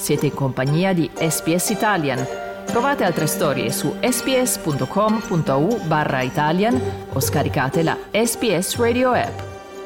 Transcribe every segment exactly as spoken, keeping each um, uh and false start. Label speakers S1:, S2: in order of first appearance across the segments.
S1: Siete in compagnia di S B S Italian. Trovate altre storie su sbs.com.au barra Italian o scaricate la S B S Radio app.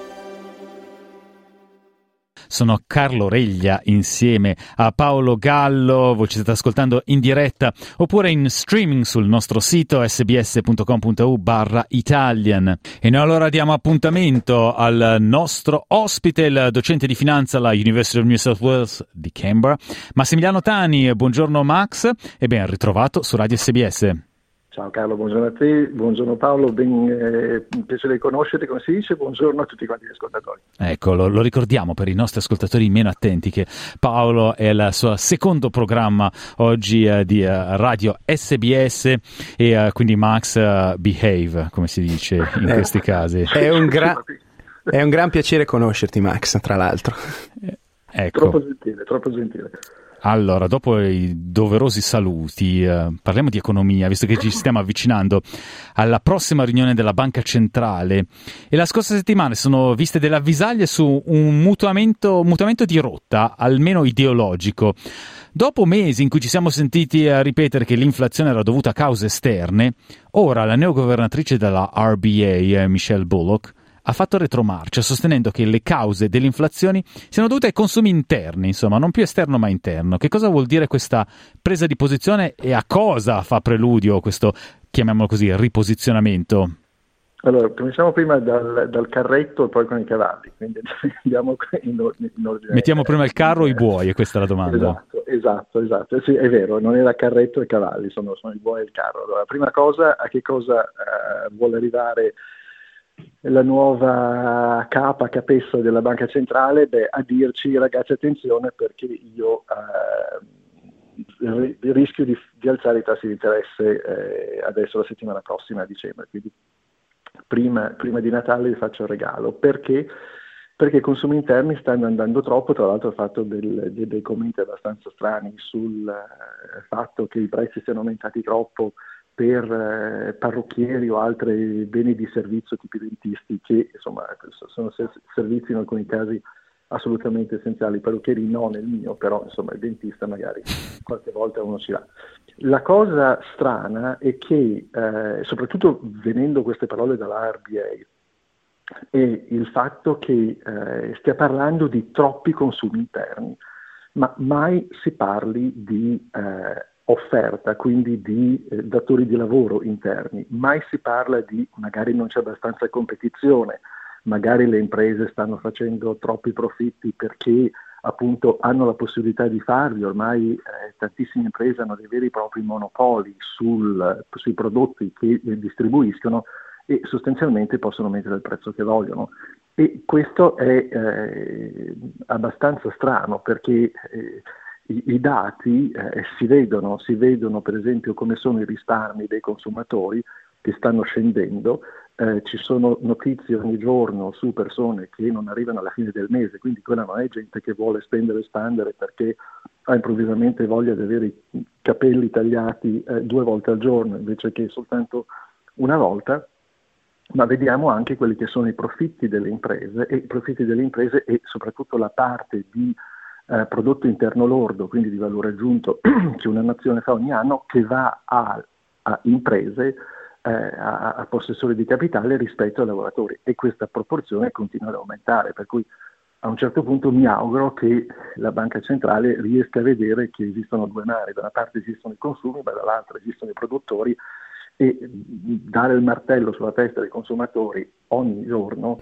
S2: Sono Carlo Reglia insieme a Paolo Gallo. Voi ci state ascoltando in diretta oppure in streaming sul nostro sito sbs.com.au barra Italian. E noi allora diamo appuntamento al nostro ospite, il docente di finanza alla University of New South Wales di Canberra, Massimiliano Tani. Buongiorno Max e ben ritrovato su Radio S B S.
S3: Ciao Carlo, buongiorno a te, buongiorno Paolo, ben eh, piacere di conoscerti, come si dice, buongiorno a tutti quanti gli ascoltatori.
S2: Ecco, lo, lo ricordiamo per i nostri ascoltatori meno attenti che Paolo è il suo secondo programma oggi eh, di uh, Radio S B S e uh, quindi Max uh, behave, come si dice in eh, questi casi.
S4: È un, gra- è un gran piacere conoscerti Max, tra l'altro.
S2: Eh, ecco.
S3: Troppo gentile, troppo gentile.
S2: Allora, dopo i doverosi saluti, eh, parliamo di economia, visto che ci stiamo avvicinando alla prossima riunione della Banca Centrale. E la scorsa settimana sono viste delle avvisaglie su un mutamento, mutamento di rotta, almeno ideologico. Dopo mesi in cui ci siamo sentiti a ripetere che l'inflazione era dovuta a cause esterne, ora la neogovernatrice della R B A, eh, Michelle Bullock, ha fatto retromarcia sostenendo che le cause delle inflazioni siano dovute ai consumi interni, insomma, non più esterno ma interno. Che cosa vuol dire questa presa di posizione e a cosa fa preludio questo, chiamiamolo così, riposizionamento?
S3: Allora, cominciamo prima dal, dal carretto e poi con i cavalli, quindi andiamo in, in ordine.
S2: Mettiamo prima il carro e i buoi, e questa è la domanda.
S3: Esatto, esatto, esatto. Sì, è vero, non era carretto e cavalli, sono, sono i buoi e il carro. Allora, prima cosa, a che cosa eh, vuole arrivare la nuova capa, capessa della Banca Centrale? Beh, a dirci, ragazzi, attenzione perché io eh, rischio di, di alzare i tassi di interesse eh, adesso la settimana prossima a dicembre, quindi prima, prima di Natale vi faccio il regalo. Perché? Perché i consumi interni stanno andando troppo. Tra l'altro ho fatto del, dei, dei commenti abbastanza strani sul eh, fatto che i prezzi siano aumentati troppo per eh, parrucchieri o altri beni di servizio tipi dentisti, che insomma sono servizi in alcuni casi assolutamente essenziali. I parrucchieri no nel mio, però insomma il dentista magari qualche volta uno ci va. La cosa strana è che eh, soprattutto venendo queste parole dalla R B A è il fatto che eh, stia parlando di troppi consumi interni, ma mai si parli di eh, offerta, quindi di eh, datori di lavoro interni, mai si parla di magari non c'è abbastanza competizione, magari le imprese stanno facendo troppi profitti perché appunto hanno la possibilità di farli. Ormai eh, tantissime imprese hanno dei veri e propri monopoli sul, sui prodotti che eh, distribuiscono e sostanzialmente possono mettere il prezzo che vogliono. E questo è eh, abbastanza strano perché eh, I, i dati eh, si vedono, si vedono per esempio come sono i risparmi dei consumatori che stanno scendendo, eh, ci sono notizie ogni giorno su persone che non arrivano alla fine del mese, quindi quella non è gente che vuole spendere e spandere perché ha improvvisamente voglia di avere i capelli tagliati eh, due volte al giorno invece che soltanto una volta, ma vediamo anche quelli che sono i profitti delle imprese e i profitti delle imprese e soprattutto la parte di Eh, prodotto interno lordo, quindi di valore aggiunto che una nazione fa ogni anno, che va a, a imprese, eh, a, a possessori di capitale rispetto ai lavoratori, e questa proporzione continua ad aumentare, per cui a un certo punto mi auguro che la Banca Centrale riesca a vedere che esistono due mari: da una parte esistono i consumi, ma dall'altra esistono i produttori, e dare il martello sulla testa dei consumatori ogni giorno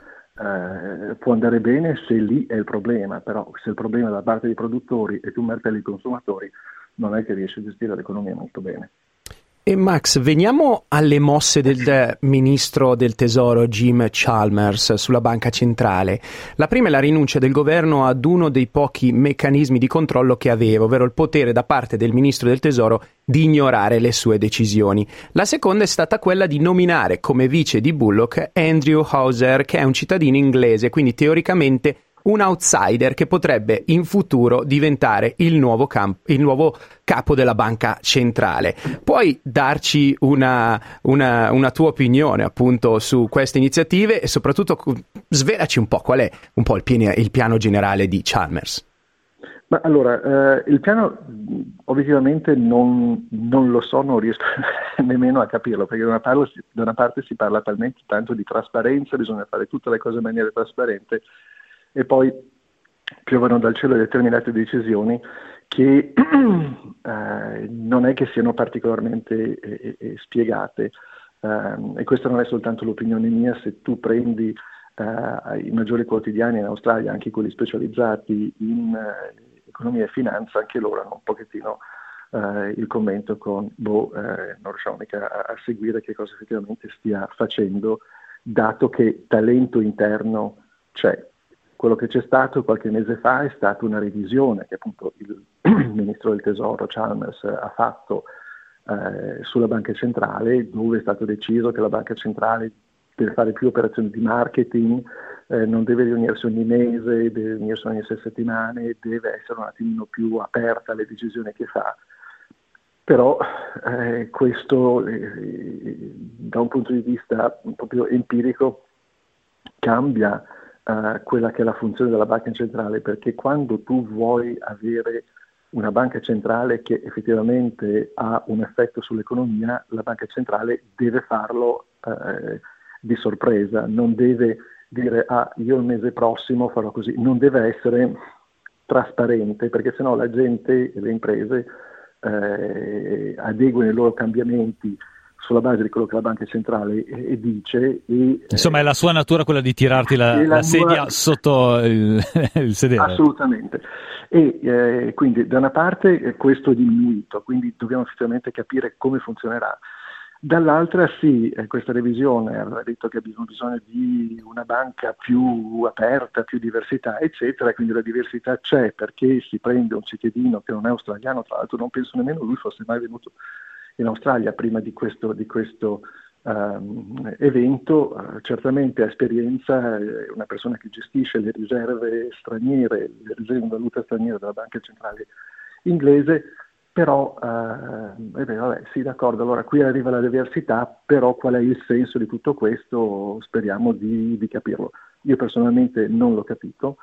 S3: Eh, può andare bene se lì è il problema, però se il problema è da parte dei produttori e tu martelli i consumatori, non è che riesci a gestire l'economia molto bene.
S4: E Max, veniamo alle mosse del ministro del Tesoro Jim Chalmers sulla Banca Centrale. La prima è la rinuncia del governo ad uno dei pochi meccanismi di controllo che aveva, ovvero il potere da parte del ministro del Tesoro di ignorare le sue decisioni. La seconda è stata quella di nominare come vice di Bullock Andrew Hauser, che è un cittadino inglese, quindi teoricamente un outsider che potrebbe in futuro diventare il nuovo, camp- il nuovo capo della Banca Centrale. Puoi darci una, una, una tua opinione appunto su queste iniziative e soprattutto svelaci un po' qual è un po' il, piano, il piano generale di Chalmers?
S3: Ma allora, eh, il piano obiettivamente non, non lo so, non riesco nemmeno a capirlo, perché da una, parte, da una parte si parla talmente tanto di trasparenza, bisogna fare tutte le cose in maniera trasparente, e poi piovono dal cielo determinate decisioni che eh, non è che siano particolarmente eh, eh, spiegate, eh, e questa non è soltanto l'opinione mia. Se tu prendi eh, i maggiori quotidiani in Australia, anche quelli specializzati in eh, economia e finanza, anche loro hanno un pochettino eh, il commento con boh, eh, non riusciamo mica a, a seguire che cosa effettivamente stia facendo, dato che talento interno c'è. Quello che c'è stato qualche mese fa è stata una revisione che appunto il ministro del Tesoro Chalmers ha fatto eh, sulla banca centrale, dove è stato deciso che la banca centrale deve fare più operazioni di marketing, eh, non deve riunirsi ogni mese, deve riunirsi ogni sei settimane, deve essere un attimino più aperta alle decisioni che fa. Però eh, questo eh, da un punto di vista proprio empirico cambia Uh, quella che è la funzione della banca centrale, perché quando tu vuoi avere una banca centrale che effettivamente ha un effetto sull'economia, la banca centrale deve farlo uh, di sorpresa, non deve dire ah io il mese prossimo farò così, non deve essere trasparente, perché sennò la gente e le imprese uh, adeguano i loro cambiamenti sulla base di quello che la banca centrale eh, dice. E,
S2: Insomma, è la sua natura quella di tirarti la, la, la sedia nuova... sotto il, il sedere.
S3: Assolutamente. E eh, quindi da una parte eh, questo è diminuito, quindi dobbiamo effettivamente capire come funzionerà. Dall'altra sì, eh, questa revisione aveva detto che abbiamo bisogno di una banca più aperta, più diversità, eccetera, quindi la diversità c'è perché si prende un cittadino che non è australiano, tra l'altro non penso nemmeno lui fosse mai venuto in Australia prima di questo, di questo um, evento, uh, certamente ha esperienza, è una persona che gestisce le riserve straniere, le riserve in valuta straniera della banca centrale inglese, però uh, eh beh, vabbè, sì, d'accordo, allora qui arriva la diversità, però qual è il senso di tutto questo? Speriamo di, di capirlo. Io personalmente non l'ho capito.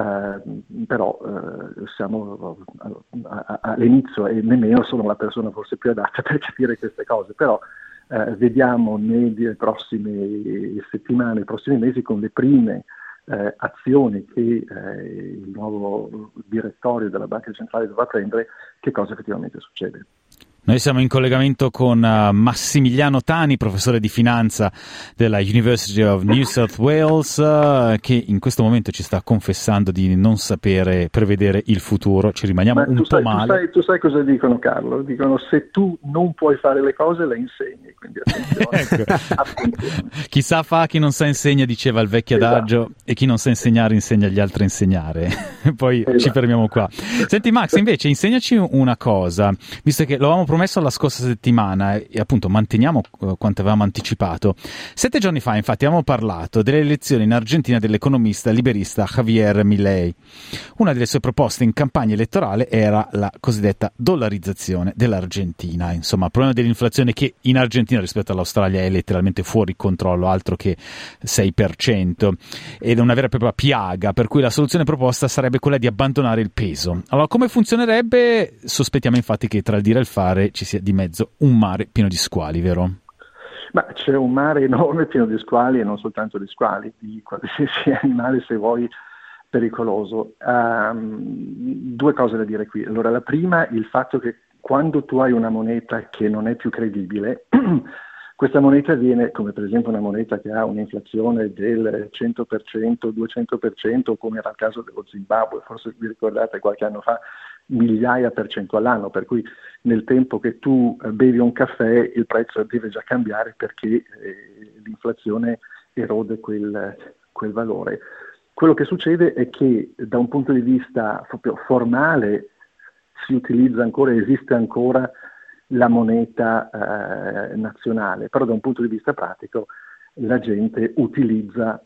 S3: Uh, però uh, siamo uh, all'inizio e nemmeno sono la persona forse più adatta per capire queste cose, però uh, vediamo nelle prossime settimane, nei prossimi mesi, con le prime uh, azioni che uh, il nuovo direttorio della Banca Centrale dovrà prendere, che cosa effettivamente succede.
S2: Noi siamo in collegamento con uh, Massimiliano Tani, professore di finanza della University of New South Wales, uh, che in questo momento ci sta confessando di non sapere prevedere il futuro. Ci rimaniamo un po'
S3: sai,
S2: male.
S3: Tu sai, tu sai cosa dicono, Carlo? Dicono se tu non puoi fare le cose le insegni, quindi attenzione.
S2: Ecco.
S3: attenzione.
S2: Chi sa fa, chi non sa insegna, diceva il vecchio adagio, esatto. E chi non sa insegnare insegna agli altri a insegnare. Poi esatto. Ci fermiamo qua. Senti Max, invece insegnaci una cosa, visto che lo avevamo promesso la scorsa settimana e appunto manteniamo uh, quanto avevamo anticipato. Sette giorni fa infatti avevamo parlato delle elezioni in Argentina dell'economista liberista Javier Milei. Una delle sue proposte in campagna elettorale era la cosiddetta dollarizzazione dell'Argentina, insomma il problema dell'inflazione che in Argentina rispetto all'Australia è letteralmente fuori controllo, altro che sei per cento, ed è una vera e propria piaga, per cui la soluzione proposta sarebbe quella di abbandonare il peso. Allora come funzionerebbe? Sospettiamo infatti che tra il dire e il fare ci sia di mezzo un mare pieno di squali, vero?
S3: Ma c'è un mare enorme pieno di squali, e non soltanto di squali, di qualsiasi animale, se vuoi, pericoloso. Um, due cose da dire qui. Allora, la prima, il fatto che quando tu hai una moneta che non è più credibile, questa moneta viene, come per esempio una moneta che ha un'inflazione del cento per cento, duecento per cento, come era il caso dello Zimbabwe, forse vi ricordate qualche anno fa, migliaia per cento all'anno, per cui nel tempo che tu bevi un caffè il prezzo deve già cambiare perché eh, l'inflazione erode quel, quel valore. Quello che succede è che da un punto di vista proprio formale si utilizza ancora, esiste ancora la moneta eh, nazionale, però da un punto di vista pratico la gente utilizza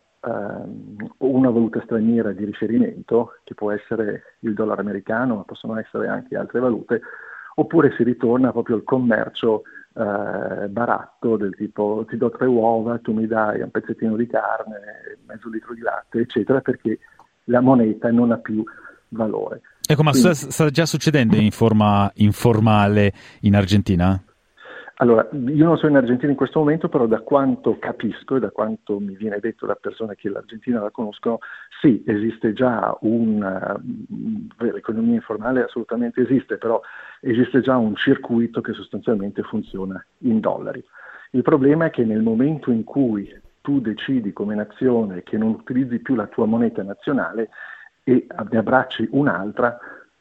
S3: una valuta straniera di riferimento, che può essere il dollaro americano, ma possono essere anche altre valute, oppure si ritorna proprio al commercio eh, baratto del tipo ti do tre uova, tu mi dai un pezzettino di carne, mezzo litro di latte, eccetera, perché la moneta non ha più valore.
S2: Ecco, ma Quindi, sta già succedendo in forma informale in Argentina?
S3: Allora, io non sono in Argentina in questo momento, però da quanto capisco e da quanto mi viene detto da persone che l'Argentina la conoscono, sì, esiste già una, l'economia informale assolutamente esiste, però esiste già un circuito che sostanzialmente funziona in dollari. Il problema è che nel momento in cui tu decidi come nazione che non utilizzi più la tua moneta nazionale e ne abbracci un'altra,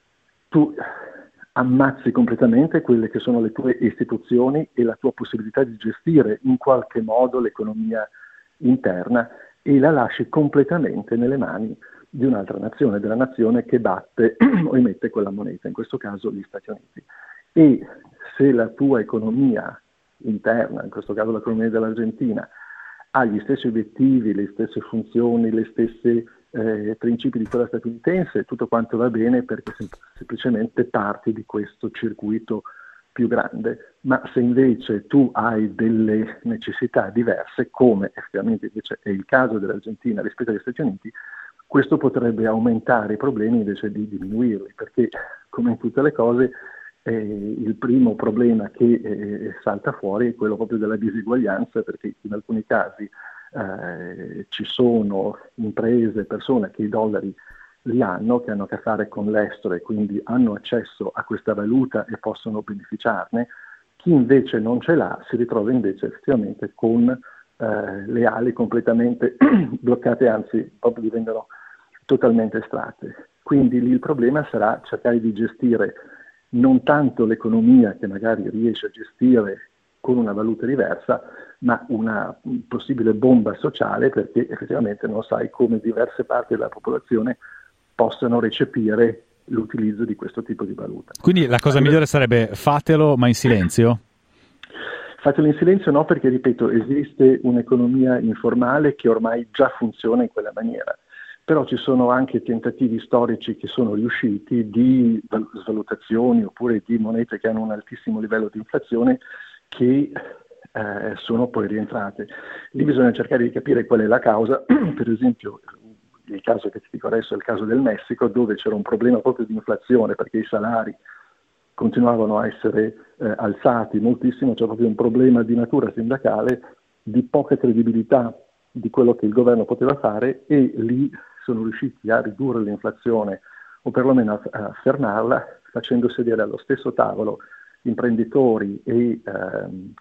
S3: tu ammazzi completamente quelle che sono le tue istituzioni e la tua possibilità di gestire in qualche modo l'economia interna e la lasci completamente nelle mani di un'altra nazione, della nazione che batte o emette quella moneta, in questo caso gli Stati Uniti. E se la tua economia interna, in questo caso l'economia dell'Argentina, ha gli stessi obiettivi, le stesse funzioni, le stesse Eh, principi di quella statunitense, tutto quanto va bene perché sem- semplicemente parti di questo circuito più grande. Ma se invece tu hai delle necessità diverse, come effettivamente invece è il caso dell'Argentina rispetto agli Stati Uniti, questo potrebbe aumentare i problemi invece di diminuirli, perché come in tutte le cose eh, il primo problema che eh, salta fuori è quello proprio della diseguaglianza, perché in alcuni casi Eh, ci sono imprese, persone che i dollari li hanno, che hanno a che fare con l'estero e quindi hanno accesso a questa valuta e possono beneficiarne. Chi invece non ce l'ha si ritrova invece effettivamente con eh, le ali completamente bloccate, anzi proprio diventano totalmente estratte. Quindi lì il problema sarà cercare di gestire non tanto l'economia che magari riesce a gestire con una valuta diversa, ma una possibile bomba sociale, perché effettivamente non sai come diverse parti della popolazione possano recepire l'utilizzo di questo tipo di valuta.
S2: Quindi la cosa migliore sarebbe fatelo, ma in silenzio?
S3: Fatelo in silenzio no, perché ripeto, esiste un'economia informale che ormai già funziona in quella maniera. Però ci sono anche tentativi storici che sono riusciti di svalutazioni oppure di monete che hanno un altissimo livello di inflazione che eh, sono poi rientrate. Lì bisogna cercare di capire qual è la causa. Per esempio il caso che ti dico adesso è il caso del Messico, dove c'era un problema proprio di inflazione perché i salari continuavano a essere eh, alzati moltissimo, c'è proprio un problema di natura sindacale, di poca credibilità di quello che il governo poteva fare, e lì sono riusciti a ridurre l'inflazione o perlomeno a, a fermarla, facendo sedere allo stesso tavolo imprenditori e ehm,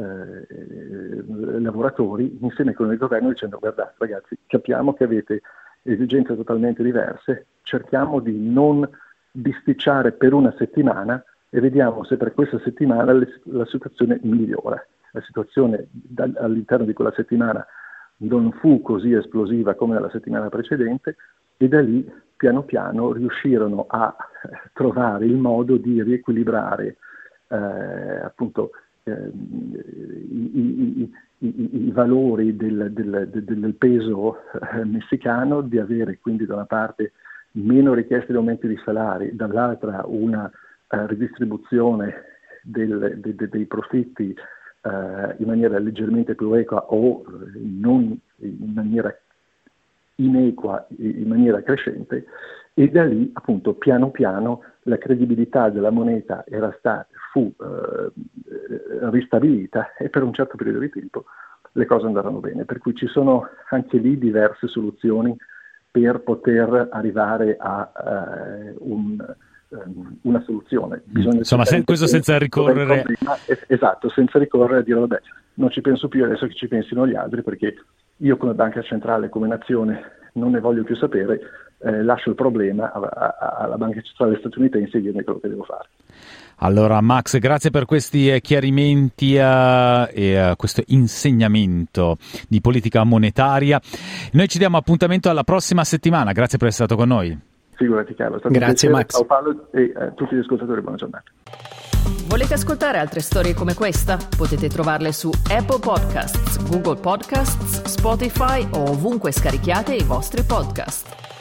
S3: eh, lavoratori insieme con il governo, dicendo: guardate ragazzi, capiamo che avete esigenze totalmente diverse, cerchiamo di non bisticciare per una settimana e vediamo se per questa settimana le, la situazione migliora. La situazione da, all'interno di quella settimana non fu così esplosiva come la settimana precedente, e da lì piano piano riuscirono a trovare il modo di riequilibrare eh, appunto eh, i, i, i, i valori del, del, del, del peso eh, messicano, di avere quindi da una parte meno richieste di aumenti di salari, dall'altra una eh, ridistribuzione del, de, de, dei profitti Uh, in maniera leggermente più equa o non in maniera inequa, in maniera crescente, e da lì appunto piano piano la credibilità della moneta era stata, fu uh, ristabilita, e per un certo periodo di tempo le cose andarono bene, per cui ci sono anche lì diverse soluzioni per poter arrivare a uh, un una soluzione. Bisogna
S2: Insomma, se, questo senza ricorrere
S3: esatto, senza ricorrere a dire vabbè, non ci penso più, adesso che ci pensino gli altri, perché io come banca centrale, come nazione, non ne voglio più sapere, eh, lascio il problema alla banca centrale statunitense e dirmi quello che devo fare.
S2: Allora Max, grazie per questi chiarimenti uh, e uh, questo insegnamento di politica monetaria. Noi ci diamo appuntamento alla prossima settimana, grazie per essere stato con noi.
S3: Figurati Carlo,
S4: grazie Max.
S3: Ciao Paolo e a tutti gli ascoltatori, buona giornata.
S1: Volete ascoltare altre storie come questa? Potete trovarle su Apple Podcasts, Google Podcasts, Spotify o ovunque scarichiate i vostri podcast.